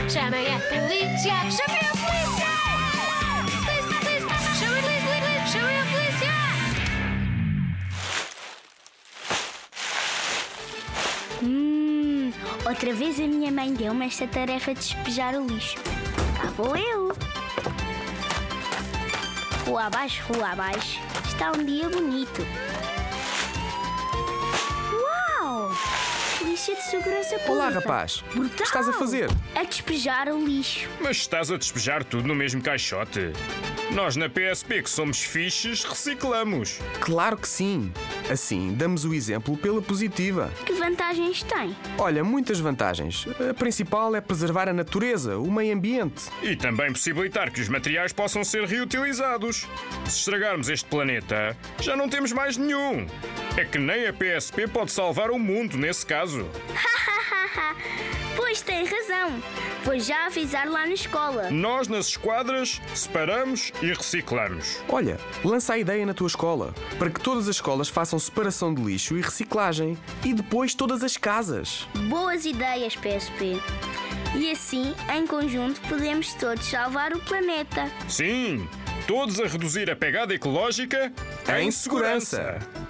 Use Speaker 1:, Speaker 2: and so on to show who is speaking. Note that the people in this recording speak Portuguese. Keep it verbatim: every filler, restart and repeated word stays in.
Speaker 1: Chamem a polícia! Chamem a polícia! Polícia, polícia! Chamem a polícia! Chamem a polícia!
Speaker 2: Hum, outra vez a minha mãe deu-me esta tarefa de despejar o lixo. Cá vou eu. Rua abaixo, rua abaixo. Está um dia bonito. Uau! Polícia de segurança pública.
Speaker 3: Olá, rapaz.
Speaker 2: Brutal.
Speaker 3: O que estás a fazer?
Speaker 2: A despejar o lixo.
Speaker 4: Mas estás a despejar tudo no mesmo caixote. Nós na P S P, que somos fixes, reciclamos.
Speaker 3: Claro que sim. Assim, damos o exemplo pela positiva.
Speaker 2: Que vantagens tem?
Speaker 3: Olha, muitas vantagens. A principal é preservar a natureza, o meio ambiente.
Speaker 4: E também possibilitar que os materiais possam ser reutilizados. Se estragarmos este planeta, já não temos mais nenhum. É que nem a P S P pode salvar o mundo nesse caso.
Speaker 2: Pois tem razão. Vou já avisar lá na escola.
Speaker 4: Nós, nas esquadras, separamos e reciclamos.
Speaker 3: Olha, lança a ideia na tua escola, para que todas as escolas façam separação de lixo e reciclagem. E depois todas as casas.
Speaker 2: Boas ideias, P S P. E assim, em conjunto, podemos todos salvar o planeta.
Speaker 4: Sim, todos a reduzir a pegada ecológica
Speaker 3: Em segurança.